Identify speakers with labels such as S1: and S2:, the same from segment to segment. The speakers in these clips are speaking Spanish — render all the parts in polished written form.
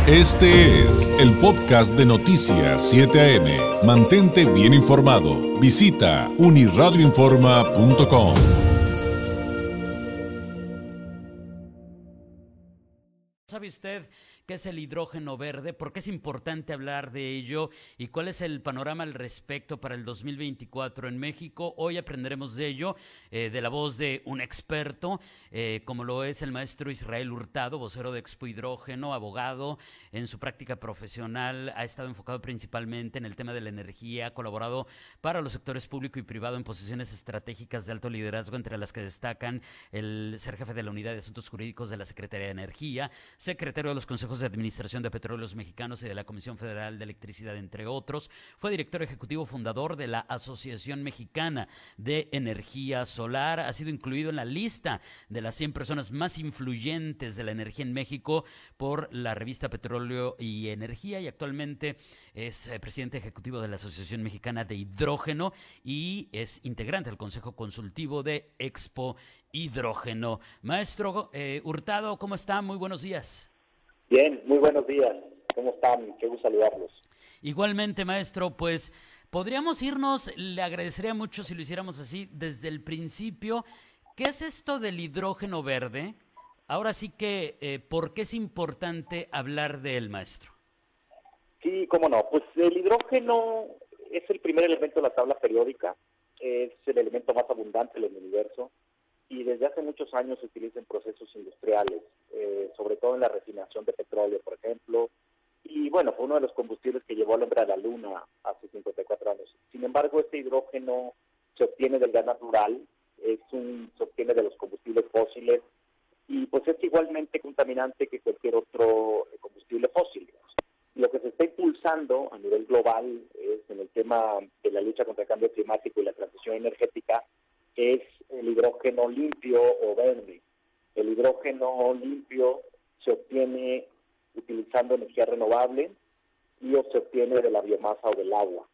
S1: Este es el podcast de Noticias 7 AM. Mantente bien informado. Visita uniradioinforma.com.
S2: ¿Sabe usted qué es el hidrógeno verde? ¿Por qué es importante hablar de ello? ¿Y cuál es el panorama al respecto para el 2024 en México? Hoy aprenderemos de ello de la voz de un experto, como lo es el maestro Israel Hurtado, vocero de Expo Hidrógeno, abogado. En su práctica profesional ha estado enfocado principalmente en el tema de la energía, ha colaborado para los sectores público y privado en posiciones estratégicas de alto liderazgo, entre las que destacan el ser jefe de la Unidad de Asuntos Jurídicos de la Secretaría de Energía, secretario de los Consejos de Administración de Petróleos Mexicanos y de la Comisión Federal de Electricidad, entre otros. Fue director ejecutivo fundador de la Asociación Mexicana de Energía Solar. Ha sido incluido en la lista de las 100 personas más influyentes de la energía en México por la revista Petróleo y Energía, y actualmente es presidente ejecutivo de la Asociación Mexicana de Hidrógeno y es integrante del Consejo Consultivo de Expo Hidrógeno. Maestro Hurtado, ¿cómo está? Muy buenos días.
S3: Bien, muy buenos días. ¿Cómo están? Qué gusto saludarlos.
S2: Igualmente, maestro, pues podríamos irnos, le agradecería mucho si lo hiciéramos así, desde el principio. ¿Qué es esto del hidrógeno verde? Ahora sí que, ¿por qué es importante hablar de él, maestro?
S3: Sí, cómo no. Pues el hidrógeno es el primer elemento de la tabla periódica, es el elemento más abundante del universo y desde hace muchos años se utiliza en procesos industriales, sobre todo en la refinación de petróleo, por ejemplo, y bueno, fue uno de los combustibles que llevó al hombre a la luna hace 54 años. Sin embargo, este hidrógeno se obtiene del gas natural, se obtiene de los combustibles fósiles y pues es igualmente contaminante que cualquier otro combustible fósil. Lo que se está impulsando a nivel global es en el tema de la lucha contra el cambio climático y la transición energética es el hidrógeno limpio o verde. El hidrógeno limpio se obtiene utilizando energía renovable y se obtiene de la biomasa o del agua.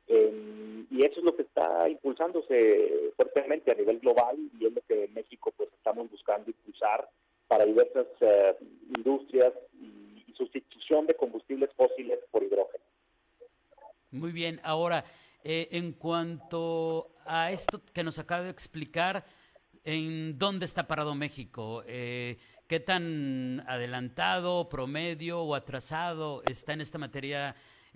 S3: Y eso es lo que está impulsándose fuertemente a nivel global y es lo que en México pues estamos buscando impulsar para diversas industrias y sustitución de combustibles fósiles por hidrógeno.
S2: Muy bien, ahora, en cuanto a esto que nos acaba de explicar, ¿en dónde está parado México? ¿Qué tan adelantado, promedio o atrasado está en esta materia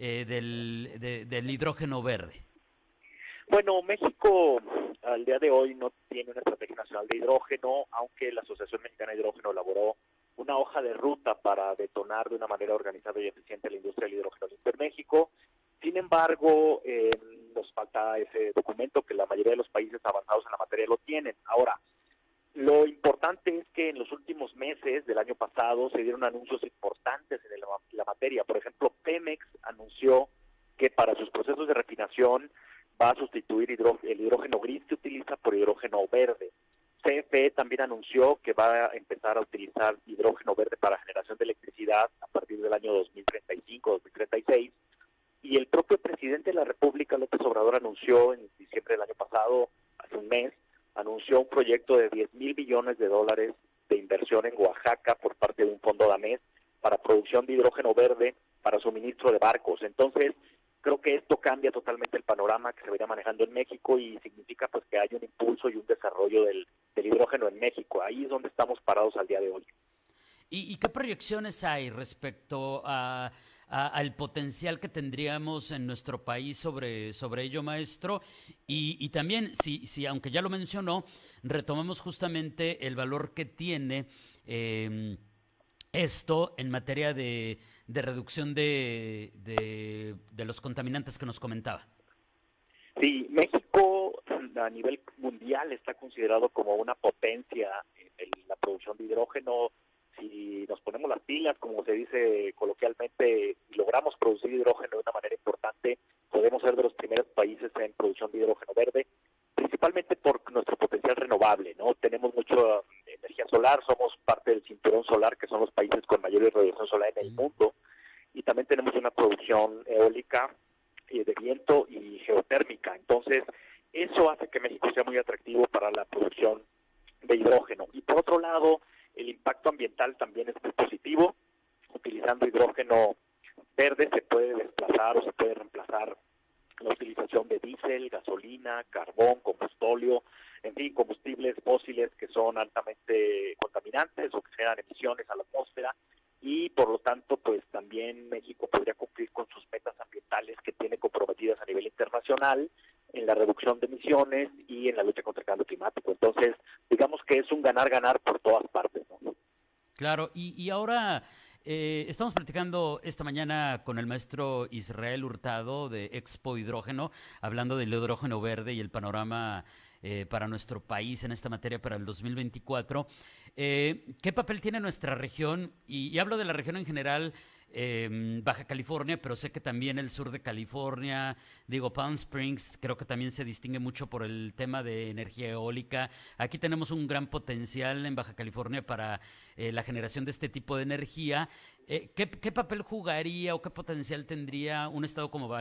S2: del hidrógeno verde?
S3: Bueno, México al día de hoy no tiene una estrategia nacional de hidrógeno, aunque la Asociación Mexicana de Hidrógeno elaboró una hoja de ruta para detonar de una manera organizada y eficiente la industria del hidrógeno limpio en México. Sin embargo, nos falta ese documento que la mayoría de los países avanzados en la materia lo tienen. Ahora, lo importante es que en los últimos meses del año pasado se dieron anuncios importantes en la materia. Por ejemplo, Pemex anunció que para sus procesos de refinación va a sustituir el hidrógeno gris que utiliza por hidrógeno verde. CFE también anunció que va a empezar a utilizar hidrógeno verde para generación de electricidad a partir del año 2035-2036. Y el propio presidente de la República, López Obrador, anunció en diciembre del año pasado, hace un mes, anunció un proyecto de $10,000 millones de inversión en Oaxaca por parte de un fondo danés para producción de hidrógeno verde para suministro de barcos. Entonces, creo que esto cambia totalmente el panorama que se venía manejando en México y significa pues que hay un impulso y un desarrollo del hidrógeno en México. Ahí es donde estamos parados al día de hoy.
S2: ¿Y qué proyecciones hay respecto al potencial que tendríamos en nuestro país sobre ello, maestro? Y también, si aunque ya lo mencionó, retomemos justamente el valor que tiene esto en materia de reducción de los contaminantes que nos comentaba.
S3: Sí, México a nivel mundial está considerado como una potencia en la producción de hidrógeno. Si nos ponemos las pilas, como se dice coloquialmente, y logramos producir hidrógeno de una manera importante, podemos ser de los primeros países en producción de hidrógeno verde, principalmente por nuestro potencial renovable, ¿no? Tenemos mucha energía solar, somos parte del cinturón solar, que son los países con mayor radiación solar en el mundo, y también tenemos una producción eólica de viento y geotérmica. Entonces, eso hace que México sea muy atractivo para la producción de hidrógeno. Y por otro lado, el impacto ambiental también es muy positivo. utilizando hidrógeno verde se puede desplazar o se puede reemplazar la utilización de diésel, gasolina, carbón, combustóleo, en fin, combustibles fósiles que son altamente contaminantes o que generan emisiones a la atmósfera, y por lo tanto pues también México podría cumplir con sus metas ambientales que tiene comprometidas a nivel internacional en la reducción de emisiones y en la lucha contra el cambio climático. Entonces, digamos que es un ganar-ganar por todas partes, ¿no?
S2: Claro, y ahora estamos platicando esta mañana con el maestro Israel Hurtado de Expo Hidrógeno, hablando del hidrógeno verde y el panorama para nuestro país en esta materia para el 2024. ¿Qué papel tiene nuestra región? Y hablo de la región en general, Baja California, pero sé que también el sur de California, digo, Palm Springs, creo que también se distingue mucho por el tema de energía eólica. Aquí tenemos un gran potencial en Baja California para la generación de este tipo de energía. ¿Qué papel jugaría o qué potencial tendría un estado como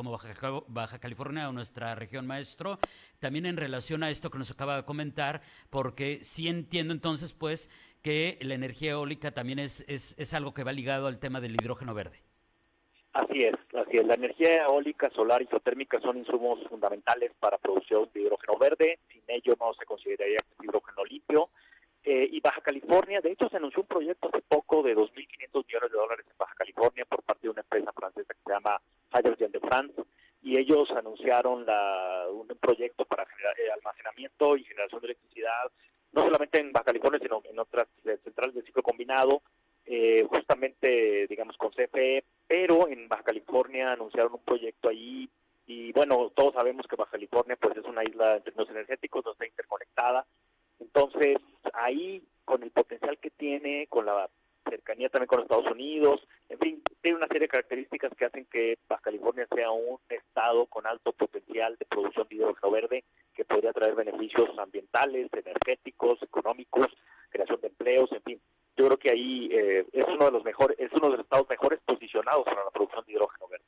S2: Baja California o nuestra región, maestro? También en relación a esto que nos acaba de comentar, porque sí entiendo entonces, pues, que la energía eólica también es algo que va ligado al tema del hidrógeno verde.
S3: Así es, así es. La energía eólica, solar y geotérmica son insumos fundamentales para producción de hidrógeno verde. Sin ello no se consideraría hidrógeno limpio. Y Baja California, de hecho se anunció un proyecto hace poco de $2.500 millones en Baja California por parte de una empresa francesa que se llama Hydrogen de France, y ellos anunciaron un proyecto para generar almacenamiento y generación de electricidad, no solamente en Baja California, sino en otras centrales de ciclo combinado, justamente, digamos, con CFE, pero en Baja California anunciaron un proyecto ahí, y bueno, todos sabemos que Baja California pues es una isla en términos energéticos, no está interconectada. Entonces, ahí, con el potencial que tiene, con la cercanía también con los Estados Unidos, en fin, tiene una serie de características que hacen que Baja California sea un estado con alto potencial de producción de hidrógeno verde, que podría traer beneficios ambientales, energéticos, económicos, creación de empleos, en fin. Yo creo que ahí es uno de los estados mejores posicionados para la producción de hidrógeno verde.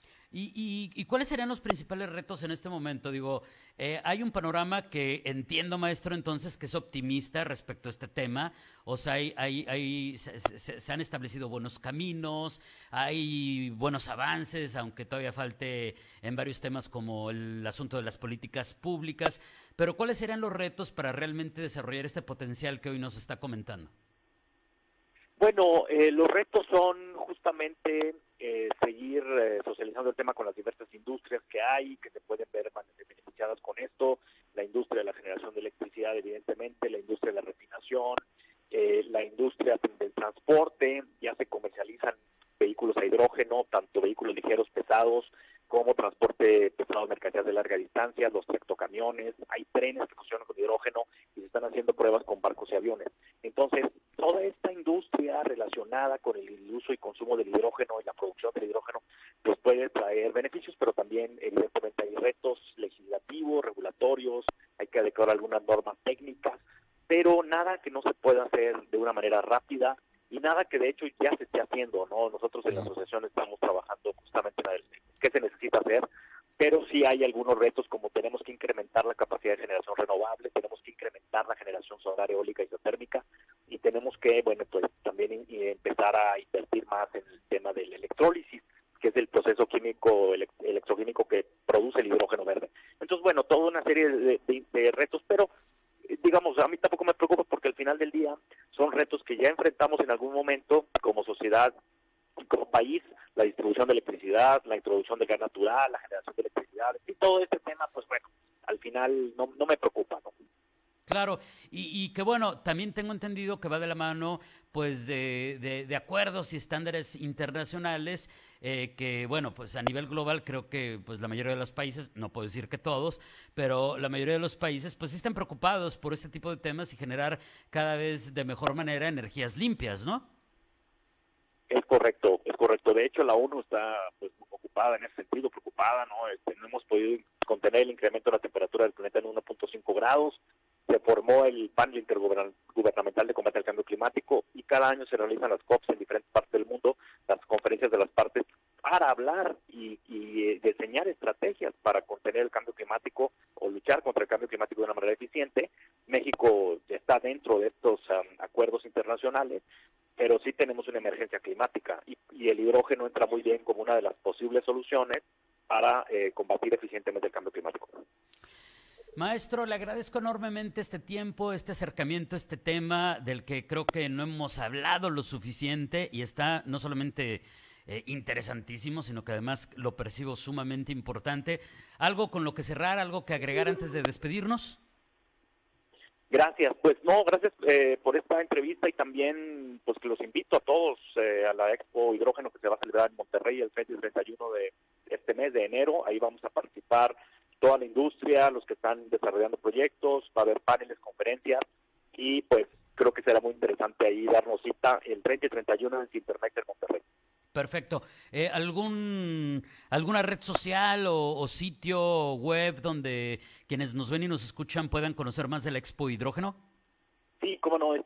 S2: ¿Y cuáles serían los principales retos en este momento? Digo, hay un panorama que entiendo, maestro, entonces, que es optimista respecto a este tema. O sea, se han establecido buenos caminos, hay buenos avances, aunque todavía falte en varios temas como el asunto de las políticas públicas. Pero ¿cuáles serían los retos para realmente desarrollar este potencial que hoy nos está comentando?
S3: Bueno, los retos son justamente seguir socializando el tema con las diversas industrias que hay, que se pueden ver beneficiadas con esto, la industria de la generación de electricidad, evidentemente, la industria de la refinación, la industria del transporte, ya se comercializan vehículos a hidrógeno, tanto vehículos ligeros pesados como transporte pesado de mercancías de larga distancia, los tractocamiones, hay trenes que funcionan con hidrógeno y se están haciendo pruebas con barcos y aviones. Entonces, toda esta industria relacionada con el uso y consumo del hidrógeno y la producción del hidrógeno, pues puede traer beneficios, pero también evidentemente hay retos legislativos, regulatorios, hay que adecuar algunas normas técnicas, pero nada que no se pueda hacer de una manera rápida y nada que de hecho ya se esté haciendo, ¿no? Nosotros en la asociación estamos trabajando justamente en qué se necesita hacer, pero sí hay algunos retos, como tenemos que incrementar la capacidad de generación renovable, tenemos que incrementar la generación solar, eólica y geotérmica, y tenemos que, bueno, pues también empezar a invertir más en el tema de la electrólisis, que es el proceso químico, electroquímico que produce el hidrógeno verde. Entonces, bueno, toda una serie de retos, pero digamos, a mí tampoco me preocupa porque al final del día son retos que ya enfrentamos en algún momento como sociedad y como país, la distribución de electricidad, la introducción de gas natural, la generación de electricidad, y todo este tema, pues bueno, al final no me preocupa, ¿no?
S2: Claro, y que bueno, también tengo entendido que va de la mano pues de acuerdos y estándares internacionales que bueno, pues a nivel global creo que pues la mayoría de los países, no puedo decir que todos, pero la mayoría de los países pues sí están preocupados por este tipo de temas y generar cada vez de mejor manera energías limpias, ¿no?
S3: Es correcto, es correcto. De hecho, la ONU está pues ocupada en ese sentido, preocupada, ¿no? No hemos podido contener el incremento de la temperatura del planeta en 1.5 grados. Se formó el panel intergubernamental de combate al cambio climático y cada año se realizan las COPs en diferentes partes del mundo, las conferencias de las partes, para hablar y diseñar estrategias para contener el cambio climático o luchar contra el cambio climático de una manera eficiente. México ya está dentro de estos acuerdos internacionales, pero sí tenemos una emergencia emergencia climática y el hidrógeno entra muy bien como una de las posibles soluciones para combatir eficientemente el cambio climático.
S2: Maestro, le agradezco enormemente este tiempo, este acercamiento, este tema del que creo que no hemos hablado lo suficiente y está no solamente interesantísimo, sino que además lo percibo sumamente importante. ¿Algo con lo que cerrar, algo que agregar antes de despedirnos?
S3: Gracias, pues no, gracias por esta entrevista y también pues que los invito a todos a la Expo Hidrógeno que se va a celebrar en Monterrey el 30 y 31 de este mes de enero. Ahí vamos a participar toda la industria, los que están desarrollando proyectos, va a haber paneles, conferencias y pues creo que será muy interesante ahí darnos cita el 30 y 31 en Internet en Monterrey.
S2: Perfecto. ¿Alguna red social o sitio web donde quienes nos ven y nos escuchan puedan conocer más de la Expo Hidrógeno?
S3: Sí, cómo no, es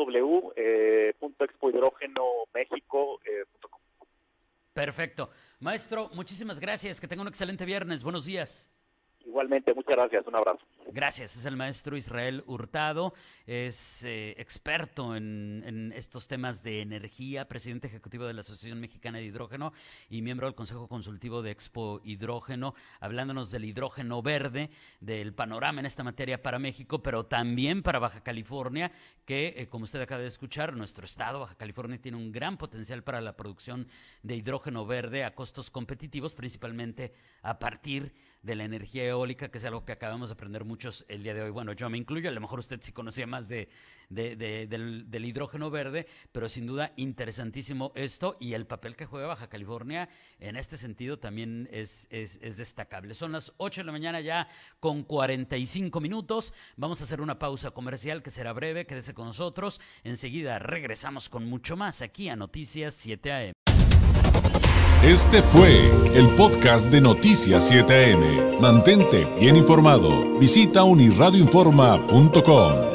S3: www.expohidrogenomexico.com.
S2: Perfecto. Maestro, muchísimas gracias. Que tenga un excelente viernes. Buenos días.
S3: Igualmente, muchas gracias. Un abrazo.
S2: Gracias. Es el maestro Israel Hurtado. Es experto en estos temas de energía, presidente ejecutivo de la Asociación Mexicana de Hidrógeno y miembro del Consejo Consultivo de Expo Hidrógeno, hablándonos del hidrógeno verde, del panorama en esta materia para México, pero también para Baja California, que, como usted acaba de escuchar, nuestro estado, Baja California, tiene un gran potencial para la producción de hidrógeno verde a costos competitivos, principalmente a partir de la energía eólica, que es algo que acabamos de aprender muchos el día de hoy. Bueno, yo me incluyo, a lo mejor usted sí conocía más del hidrógeno verde, pero sin duda interesantísimo esto y el papel que juega Baja California en este sentido también es destacable. Son las 8 de la mañana ya con 45 minutos. Vamos a hacer una pausa comercial que será breve, quédese con nosotros. Enseguida regresamos con mucho más aquí a Noticias 7 AM.
S1: Este fue el podcast de Noticias 7 AM. Mantente bien informado. Visita unirradioinforma.com.